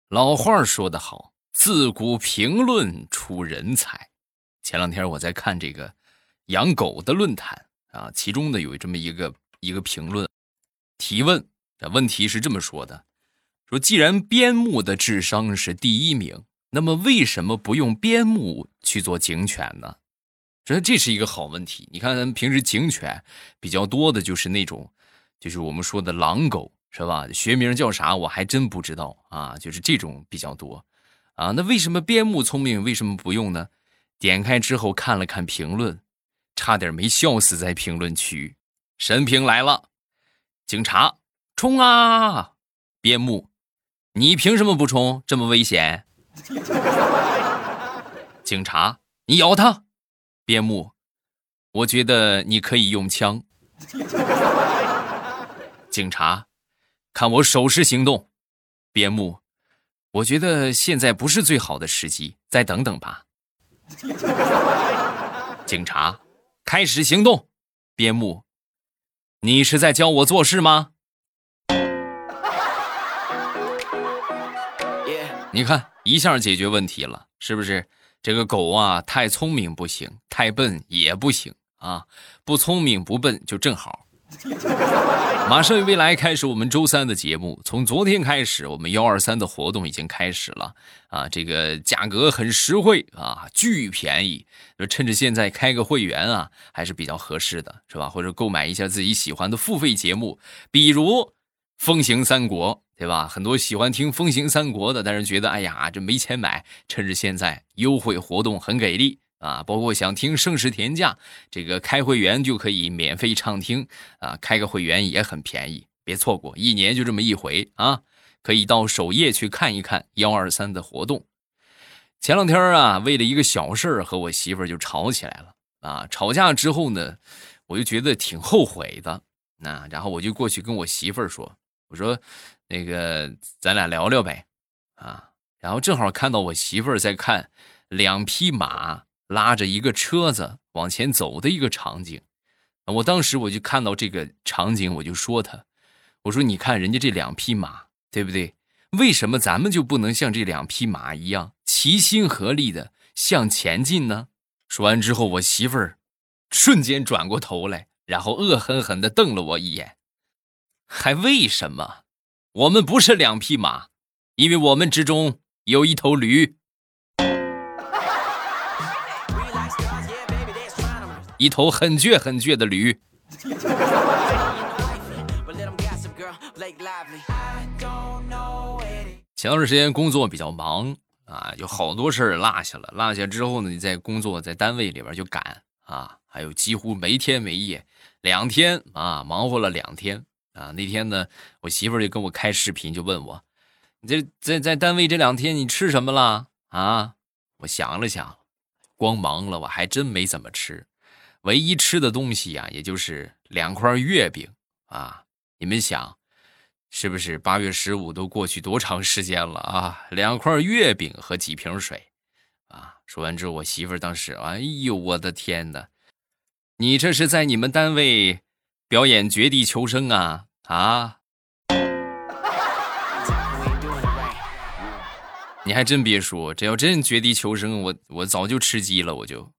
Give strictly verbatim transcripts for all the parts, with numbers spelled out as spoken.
老话说得好，自古评论出人才。前两天我在看这个养狗的论坛啊，其中呢有这么一个一个评论提问，问题是这么说的：说既然边牧的智商是第一名，那么为什么不用边牧去做警犬呢？这这是一个好问题。你看咱们平时警犬比较多的就是那种就是我们说的狼狗，是吧？学名叫啥我还真不知道啊，就是这种比较多啊。那为什么边牧聪明为什么不用呢？点开之后看了看评论，差点没笑死在评论区。神评来了：警察冲啊！边牧你凭什么不冲？这么危险。警察你咬他！边牧我觉得你可以用枪。警察看我手势行动。边牧我觉得现在不是最好的时机，再等等吧。警察开始行动。边牧你是在教我做事吗？你看一下解决问题了，是不是？这个狗啊太聪明不行，太笨也不行啊，不聪明不笨就正好。马上与未来开始我们周三的节目，从昨天开始我们一二三的活动已经开始了啊，这个价格很实惠啊，巨便宜，趁着现在开个会员啊还是比较合适的，是吧？或者购买一下自己喜欢的付费节目，比如风行三国，对吧？很多喜欢听风行三国的，但是觉得哎呀这没钱买，趁着现在优惠活动很给力啊，包括想听盛世田价，这个开会员就可以免费畅听啊，开个会员也很便宜，别错过，一年就这么一回啊，可以到首页去看一看一二三的活动。前两天啊，为了一个小事和我媳妇儿就吵起来了啊，吵架之后呢，我就觉得挺后悔的，那然后我就过去跟我媳妇儿说，我说那个咱俩聊聊呗啊，然后正好看到我媳妇儿在看两匹马拉着一个车子往前走的一个场景。我当时我就看到这个场景，我就说他，我说你看人家这两匹马，对不对？为什么咱们就不能像这两匹马一样齐心合力的向前进呢？说完之后，我媳妇儿瞬间转过头来，然后恶狠狠地瞪了我一眼。还为什么？我们不是两匹马，因为我们之中有一头驴。一头很倔很倔的驴。前段时间工作比较忙啊，有好多事儿落下了，落下之后呢，你在工作在单位里边就赶啊，还有几乎没天没夜，两天啊，忙活了两天啊。那天呢，我媳妇儿就跟我开视频，就问我，你这在在单位这两天你吃什么了啊？我想了想，光忙了我还真没怎么吃。唯一吃的东西啊，也就是两块月饼啊！你们想，是不是八月十五都过去多长时间了啊？两块月饼和几瓶水啊！说完之后，我媳妇儿当时，哎呦，我的天哪！你这是在你们单位表演绝地求生啊？啊！你还真别说，这要真绝地求生，我我早就吃鸡了，我就。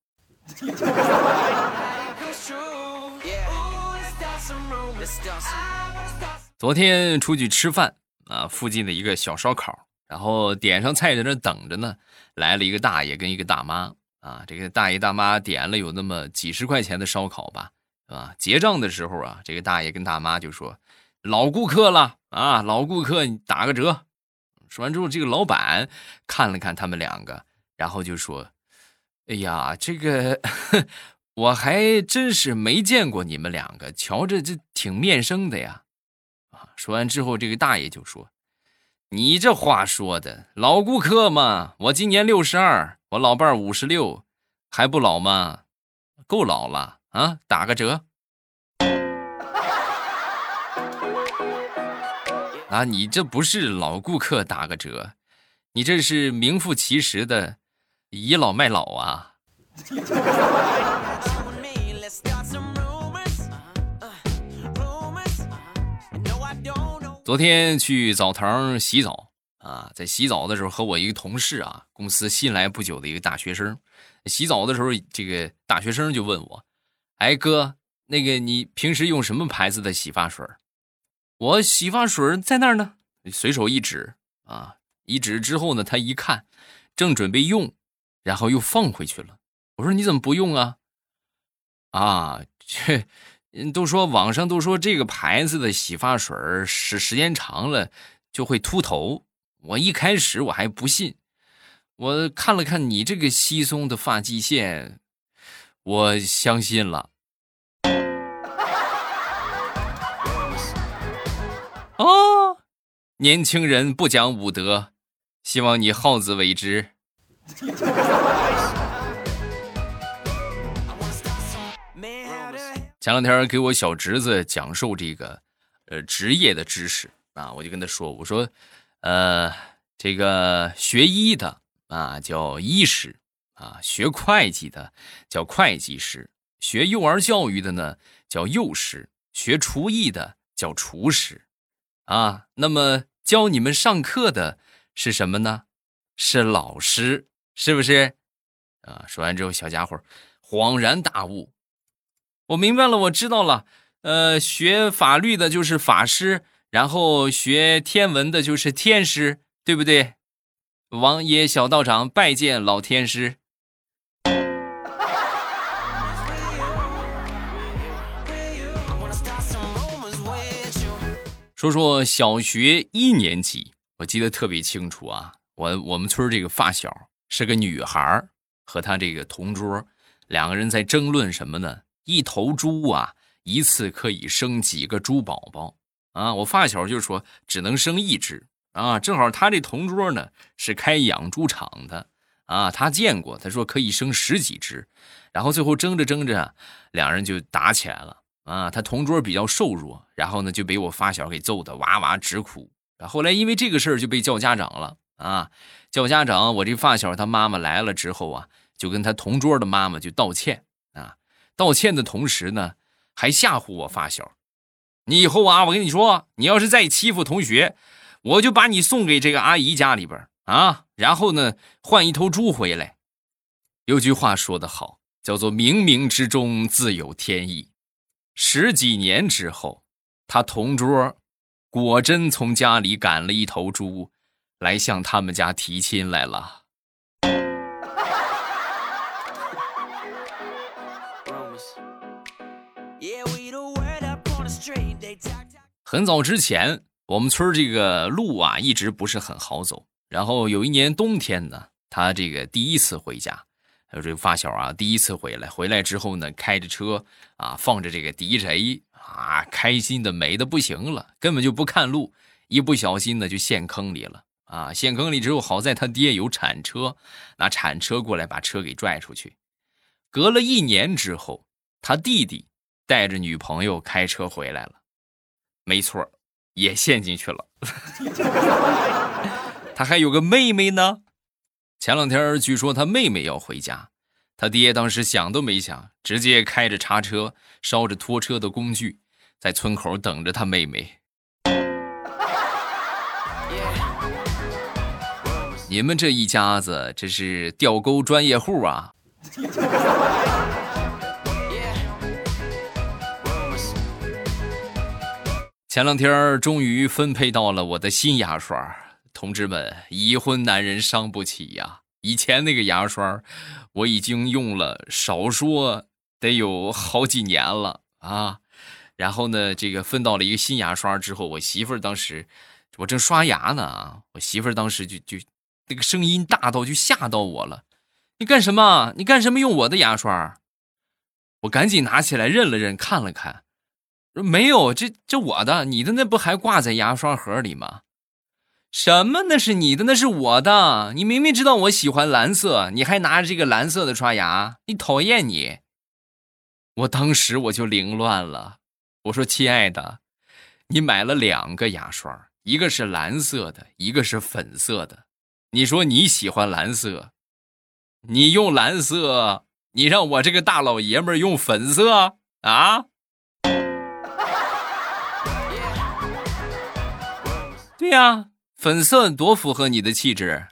昨天出去吃饭啊，附近的一个小烧烤，然后点上菜在那等着呢，来了一个大爷跟一个大妈啊，这个大爷大妈点了有那么几十块钱的烧烤吧，啊，结账的时候啊，这个大爷跟大妈就说：“老顾客了啊，老顾客你打个折。”说完之后，这个老板看了看他们两个，然后就说：“哎呀，这个我还真是没见过你们两个，瞧着这挺面生的呀。”啊，说完之后，这个大爷就说：“你这话说的，老顾客嘛，我今年六十二，我老伴儿五十六，还不老吗？够老了啊，打个折。”啊，你这不是老顾客打个折，你这是名副其实的倚老卖老啊。昨天去澡堂洗澡啊，在洗澡的时候和我一个同事啊，公司新来不久的一个大学生，洗澡的时候，这个大学生就问我：哎哥，那个你平时用什么牌子的洗发水？我洗发水在那儿呢，随手一指啊，一指之后呢，他一看，正准备用，然后又放回去了。我说你怎么不用啊？啊，这都说网上都说这个牌子的洗发水使时间长了就会秃头，我一开始我还不信，我看了看你这个稀松的发际线，我相信了。哦，年轻人不讲武德，希望你好自为之。前两天给我小侄子讲授这个呃职业的知识啊，我就跟他说，我说呃这个学医的啊叫医师啊，学会计的叫会计师，学幼儿教育的呢叫幼师，学厨艺的叫厨师啊。那么教你们上课的是什么呢？是老师，是不是啊？说完之后，小家伙恍然大悟，我明白了，我知道了。呃，学法律的就是法师，然后学天文的就是天师，对不对？王爷小道长拜见老天师。说说小学一年级，我记得特别清楚啊。我我们村这个发小是个女孩，和她这个同桌，两个人在争论什么呢？一头猪啊，一次可以生几个猪宝宝啊？我发小就说只能生一只啊。正好他这同桌呢是开养猪场的啊，他见过，他说可以生十几只。然后最后争着争着，两人就打起来了。啊，他同桌比较瘦弱，然后呢就被我发小给揍得哇哇直哭。后来因为这个事儿就被叫家长了啊，叫家长，我这发小他妈妈来了之后啊，就跟他同桌的妈妈就道歉啊，道歉的同时呢，还吓唬我发小，你以后啊，我跟你说，你要是再欺负同学，我就把你送给这个阿姨家里边啊，然后呢换一头猪回来。有句话说得好，叫做冥冥之中自有天意。十几年之后，他同桌果真从家里赶了一头猪来向他们家提亲来了。很早之前，我们村这个路啊一直不是很好走，然后有一年冬天呢，他这个第一次回家，还有这个发小啊，第一次回来，回来之后呢，开着车啊，放着这个 D J 啊，开心的美的不行了，根本就不看路，一不小心呢就陷坑里了啊！陷坑里之后，好在他爹有铲车，拿铲车过来把车给拽出去。隔了一年之后，他弟弟带着女朋友开车回来了，没错，也陷进去了。他还有个妹妹呢。前两天据说他妹妹要回家，他爹当时想都没想，直接开着叉车，烧着拖车的工具，在村口等着他妹妹。你们这一家子这是钓钩专业户啊。前两天终于分配到了我的新牙刷，同志们，已婚男人伤不起呀！以前那个牙刷我已经用了少说得有好几年了啊。然后呢，这个分到了一个新牙刷之后，我媳妇儿当时我正刷牙呢啊，我媳妇儿当时就就那个声音大到就吓到我了。你干什么？你干什么用我的牙刷？我赶紧拿起来认了认，看了看，没有，这这我的，你的那不还挂在牙刷盒里吗？什么那是你的，那是我的，你明明知道我喜欢蓝色，你还拿着这个蓝色的刷牙，你讨厌你。我当时我就凌乱了，我说亲爱的，你买了两个牙刷，一个是蓝色的，一个是粉色的，你说你喜欢蓝色，你用蓝色，你让我这个大老爷们用粉色啊？对呀， 粉色多符合你的气质。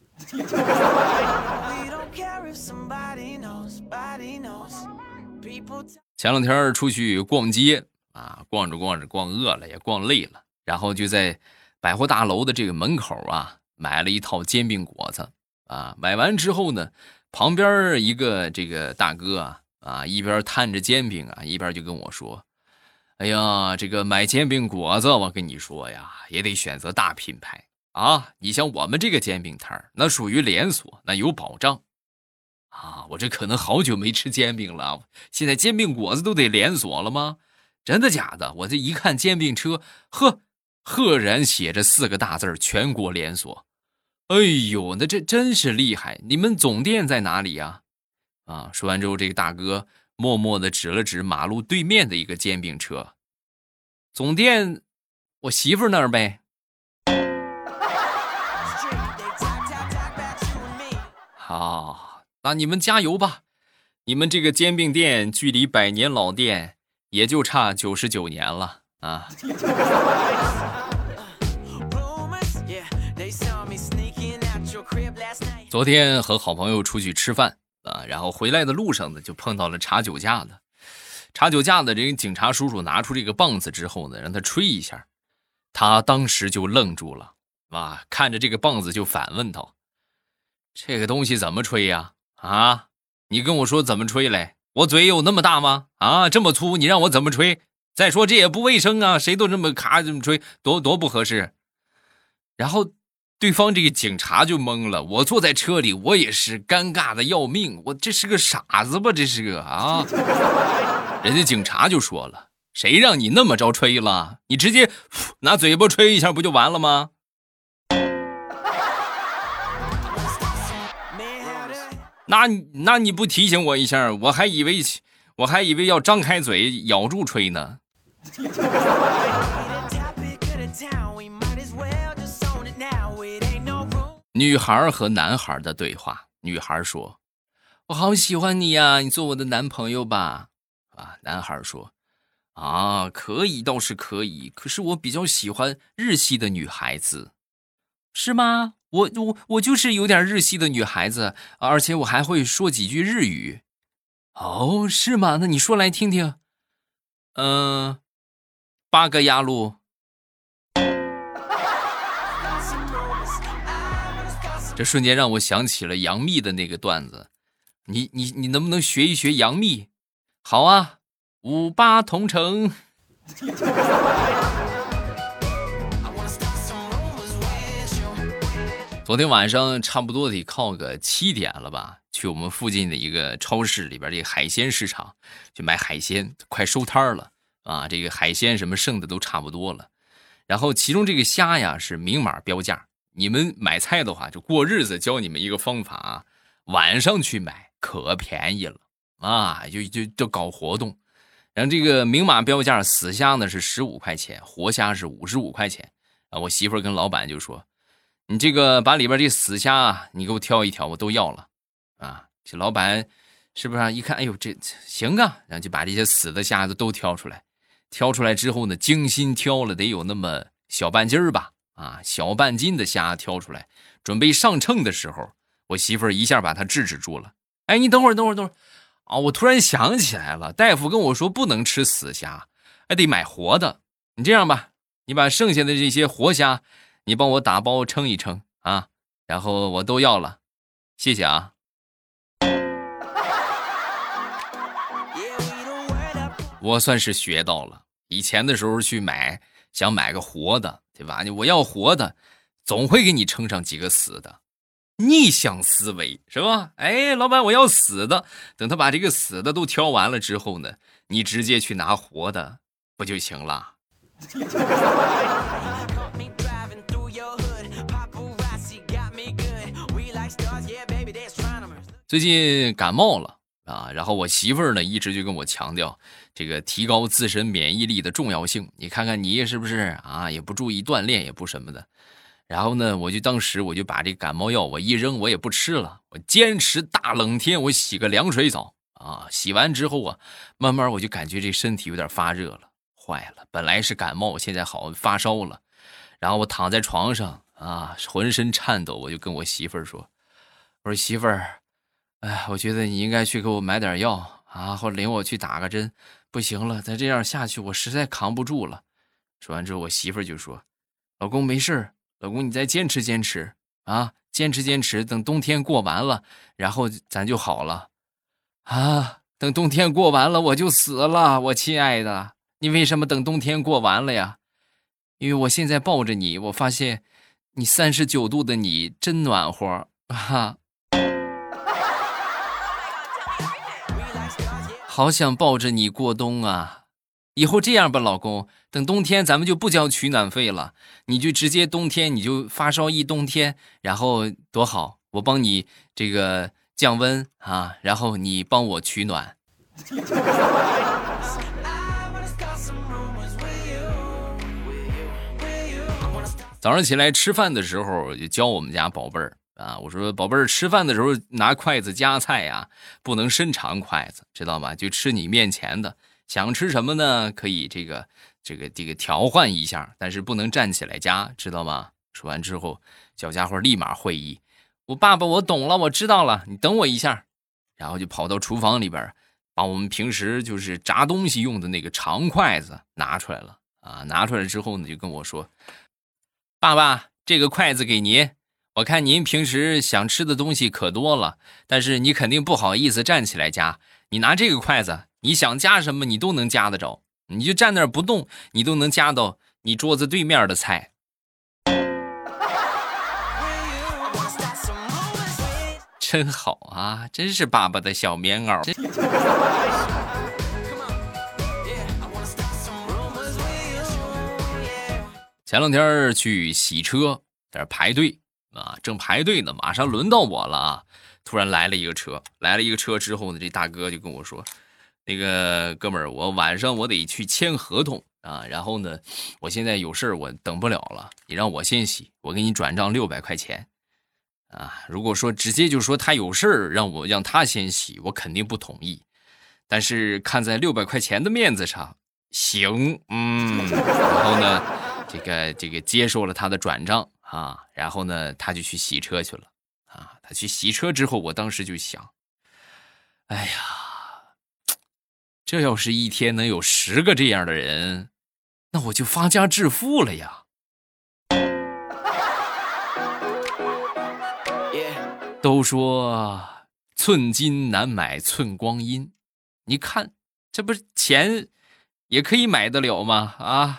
前两天出去逛街啊，逛着逛着逛饿了也逛累了，然后就在百货大楼的这个门口啊买了一套煎饼果子啊。买完之后呢，旁边一个这个大哥啊啊一边摊着煎饼啊，一边就跟我说：“哎呀，这个买煎饼果子，我跟你说呀，也得选择大品牌啊。你像我们这个煎饼摊那属于连锁，那有保障。”啊，我这可能好久没吃煎饼了，现在煎饼果子都得连锁了吗？真的假的？我这一看煎饼车，呵，赫然写着四个大字全国连锁。哎呦，那这真是厉害！你们总店在哪里呀？啊，说完之后，这个大哥默默地指了指马路对面的一个煎饼车。总店，我媳妇那儿呗。好。那你们加油吧，你们这个煎饼店距离百年老店也就差九十九年了啊！昨天和好朋友出去吃饭啊，然后回来的路上呢，就碰到了查酒驾的。查酒驾的这个警察叔叔拿出这个棒子之后呢，让他吹一下，他当时就愣住了啊，看着这个棒子就反问道：“这个东西怎么吹呀？”啊，你跟我说怎么吹嘞？我嘴有那么大吗？啊，这么粗，你让我怎么吹？再说这也不卫生啊，谁都这么咔这么吹，多多不合适。然后对方这个警察就懵了，我坐在车里，我也是尴尬的要命，我这是个傻子吧？这是个啊！人家警察就说了，谁让你那么着吹了？你直接拿嘴巴吹一下不就完了吗？那那你不提醒我一下，我还以为我还以为要张开嘴咬住吹呢。女孩和男孩的对话，女孩说：“我好喜欢你呀，你做我的男朋友吧。”啊，男孩说：“啊，可以倒是可以，可是我比较喜欢日系的女孩子。”是吗？我我我就是有点日系的女孩子，而且我还会说几句日语。哦，是吗？那你说来听听。嗯、呃，八个鸭路。这瞬间让我想起了杨幂的那个段子，你你你能不能学一学杨幂？好啊，五八同城。昨天晚上差不多得靠个七点了吧，去我们附近的一个超市里边这个海鲜市场去买海鲜，快收摊了啊！这个海鲜什么剩的都差不多了。然后其中这个虾呀是明码标价，你们买菜的话就过日子教你们一个方法啊，晚上去买可便宜了啊，就就就搞活动。然后这个明码标价死虾呢是十五块钱，活虾是五十五块钱啊。我媳妇儿跟老板就说，你这个把里边这死虾啊，你给我挑一挑，我都要了啊。这老板是不是、啊、一看，哎呦，这行啊，然后就把这些死的虾子都挑出来。挑出来之后呢，精心挑了得有那么小半斤儿吧，啊，小半斤的虾挑出来，准备上秤的时候，我媳妇儿一下把他制止住了。哎，你等会儿，等会儿，等会儿啊！我突然想起来了，大夫跟我说不能吃死虾，还得买活的。你这样吧，你把剩下的这些活虾，你帮我打包称一称啊，然后我都要了，谢谢啊。我算是学到了，以前的时候去买，想买个活的，对吧？我要活的，总会给你称上几个死的，逆向思维是吧？哎，老板我要死的，等他把这个死的都挑完了之后呢，你直接去拿活的不就行了？最近感冒了啊，然后我媳妇儿呢一直就跟我强调这个提高自身免疫力的重要性。你看看你是不是啊？也不注意锻炼，也不什么的。然后呢，我就当时我就把这感冒药我一扔，我也不吃了。我坚持大冷天我洗个凉水澡啊，洗完之后啊，慢慢我就感觉这身体有点发热了，坏了，本来是感冒，现在好发烧了。然后我躺在床上啊，浑身颤抖，我就跟我媳妇儿说：“我说媳妇儿，哎，我觉得你应该去给我买点药啊，或者领我去打个针。不行了，再这样下去，我实在扛不住了。”说完之后，我媳妇儿就说：“老公没事，老公你再坚持坚持啊，坚持坚持，等冬天过完了，然后咱就好了。”啊，等冬天过完了我就死了，我亲爱的，你为什么等冬天过完了呀？因为我现在抱着你，我发现你三十九度的你真暖和啊，好想抱着你过冬啊。以后这样吧，老公，等冬天咱们就不交取暖费了，你就直接冬天你就发烧一冬天，然后多好，我帮你这个降温啊，然后你帮我取暖。早上起来吃饭的时候就教我们家宝贝儿啊，我说宝贝儿吃饭的时候拿筷子夹菜呀，不能伸长筷子，知道吗？就吃你面前的。想吃什么呢？可以这个这个这个调换一下，但是不能站起来夹，知道吗？说完之后，小家伙立马会意，我爸爸我懂了，我知道了，你等我一下，然后就跑到厨房里边，把我们平时就是炸东西用的那个长筷子拿出来了啊，拿出来之后呢，就跟我说，爸爸，这个筷子给您，我看您平时想吃的东西可多了，但是你肯定不好意思站起来夹，你拿这个筷子，你想夹什么你都能夹得着，你就站那儿不动，你都能夹到你桌子对面的菜。真好啊，真是爸爸的小棉袄。前两天去洗车，在这排队啊，正排队呢，马上轮到我了啊！突然来了一个车，来了一个车之后呢，这大哥就跟我说：“那个哥们儿，我晚上我得去签合同啊，然后呢，我现在有事我等不了了，你让我先洗，我给你转账六百块钱啊。如果说直接就说他有事让我让他先洗，我肯定不同意。但是看在六百块钱的面子上，行，嗯，然后呢。”这个这个接受了他的转账啊，然后呢，他就去洗车去了啊。他去洗车之后，我当时就想，哎呀，这要是一天能有十个这样的人，那我就发家致富了呀。都说寸金难买寸光阴，你看，这不是钱也可以买得了吗？啊。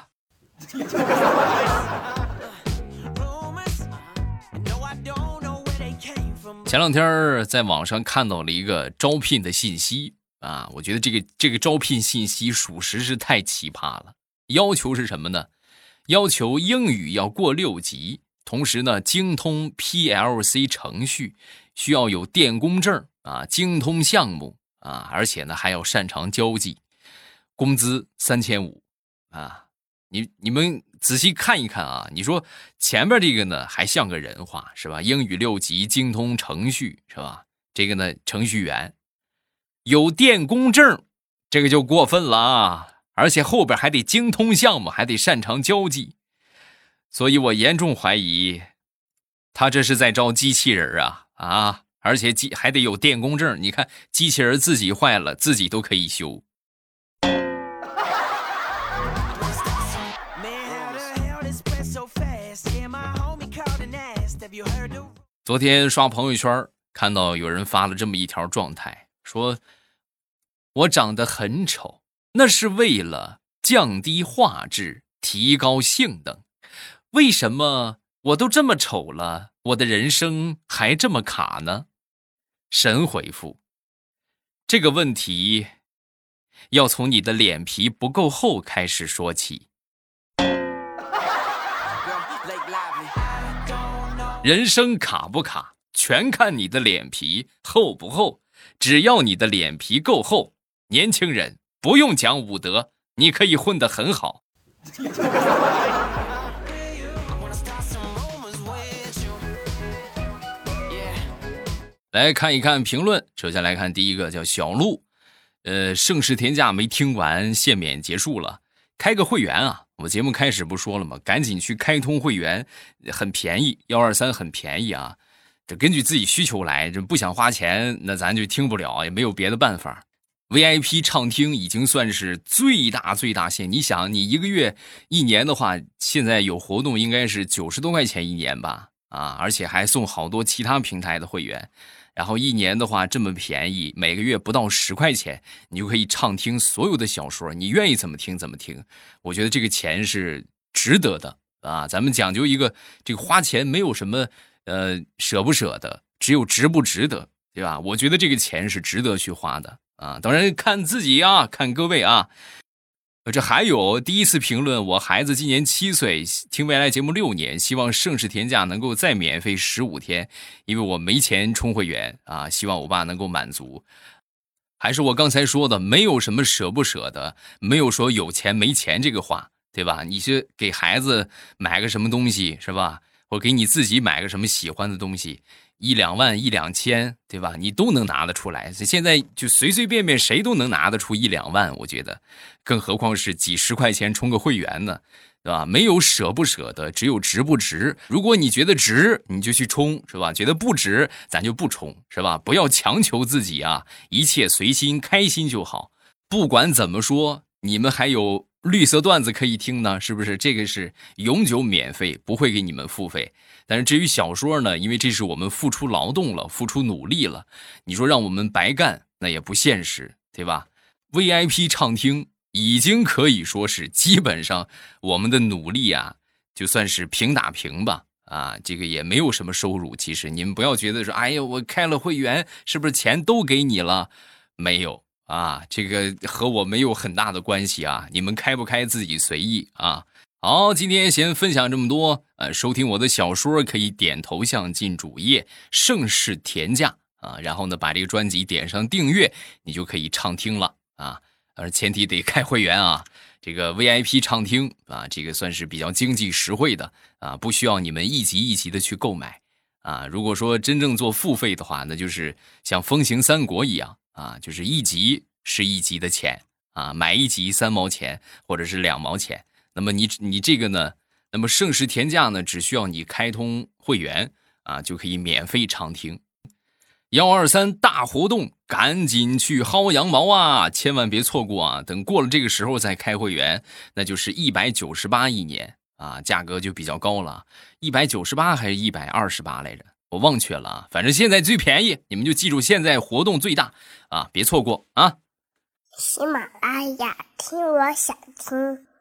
前两天在网上看到了一个招聘的信息啊，我觉得这个这个招聘信息属实是太奇葩了。要求是什么呢？要求英语要过六级，同时呢精通 P L C 程序，需要有电工证啊，精通项目啊，而且呢还要擅长交际，工资三千五啊。你你们仔细看一看啊，你说前面这个呢还像个人话是吧？英语六级，精通程序是吧？这个呢程序员有电工证，这个就过分了啊！而且后边还得精通项目，还得擅长交际，所以我严重怀疑他这是在招机器人啊啊！而且机还得有电工证，你看机器人自己坏了，自己都可以修。昨天刷朋友圈看到有人发了这么一条状态，说我长得很丑，那是为了降低画质，提高性能。为什么我都这么丑了，我的人生还这么卡呢？神回复，这个问题要从你的脸皮不够厚开始说起。人生卡不卡，全看你的脸皮厚不厚。只要你的脸皮够厚，年轻人不用讲武德，你可以混得很好。来看一看评论，首先来看第一个叫小鹿，呃，盛世田价没听完，限免结束了。开个会员啊， 我节目开始不说了吗？赶紧去开通会员，很便宜，一二三很便宜啊。这根据自己需求来，这不想花钱，那咱就听不了，也没有别的办法。V I P 畅听已经算是最大最大限，你想，你一个月一年的话，现在有活动应该是九十多块钱一年吧，啊，而且还送好多其他平台的会员，然后一年的话这么便宜，每个月不到十块钱，你就可以畅听所有的小说，你愿意怎么听怎么听。我觉得这个钱是值得的啊，咱们讲究一个这个花钱没有什么呃舍不舍得，只有值不值得，对吧？我觉得这个钱是值得去花的。啊，当然看自己啊，看各位啊。这还有第一次评论，我孩子今年七岁，听未来节目六年，希望盛世田价能够再免费十五天，因为我没钱充会员啊，希望我爸能够满足。还是我刚才说的，没有什么舍不舍得，没有说有钱没钱这个话，对吧？你是给孩子买个什么东西是吧？或给你自己买个什么喜欢的东西，一两万一两千，对吧？你都能拿得出来。现在就随随便便谁都能拿得出一两万，我觉得，更何况是几十块钱充个会员呢，对吧？没有舍不舍得，只有值不值。如果你觉得值，你就去充，是吧？觉得不值，咱就不充，是吧？不要强求自己啊，一切随心，开心就好。不管怎么说，你们还有绿色段子可以听呢，是不是？这个是永久免费，不会给你们付费。但是至于小说呢，因为这是我们付出劳动了，付出努力了，你说让我们白干，那也不现实，对吧？ V I P 畅听已经可以说是基本上我们的努力啊，就算是平打平吧。啊，这个也没有什么收入，其实你们不要觉得说，哎呀，我开了会员，是不是钱都给你了？没有啊，这个和我没有很大的关系啊，你们开不开自己随意啊。好，今天先分享这么多。呃，收听我的小说可以点头像进主页盛世田价啊，然后呢把这个专辑点上订阅，你就可以畅听了啊。而前提得开会员啊，这个 V I P 畅听啊，这个算是比较经济实惠的啊，不需要你们一集一集的去购买啊。如果说真正做付费的话，那就是像风行三国一样啊，就是一集是一集的钱啊，买一集三毛钱或者是两毛钱。那么你你这个呢，那么盛世田价呢，只需要你开通会员啊，就可以免费畅听。一二三大活动，赶紧去薅羊毛啊，千万别错过啊，等过了这个时候再开会员，那就是一百九十八一年啊，价格就比较高了，一百九十八还是一百二十八来着，我忘却了啊，反正现在最便宜，你们就记住现在活动最大啊，别错过啊。 喜马拉雅听我想听。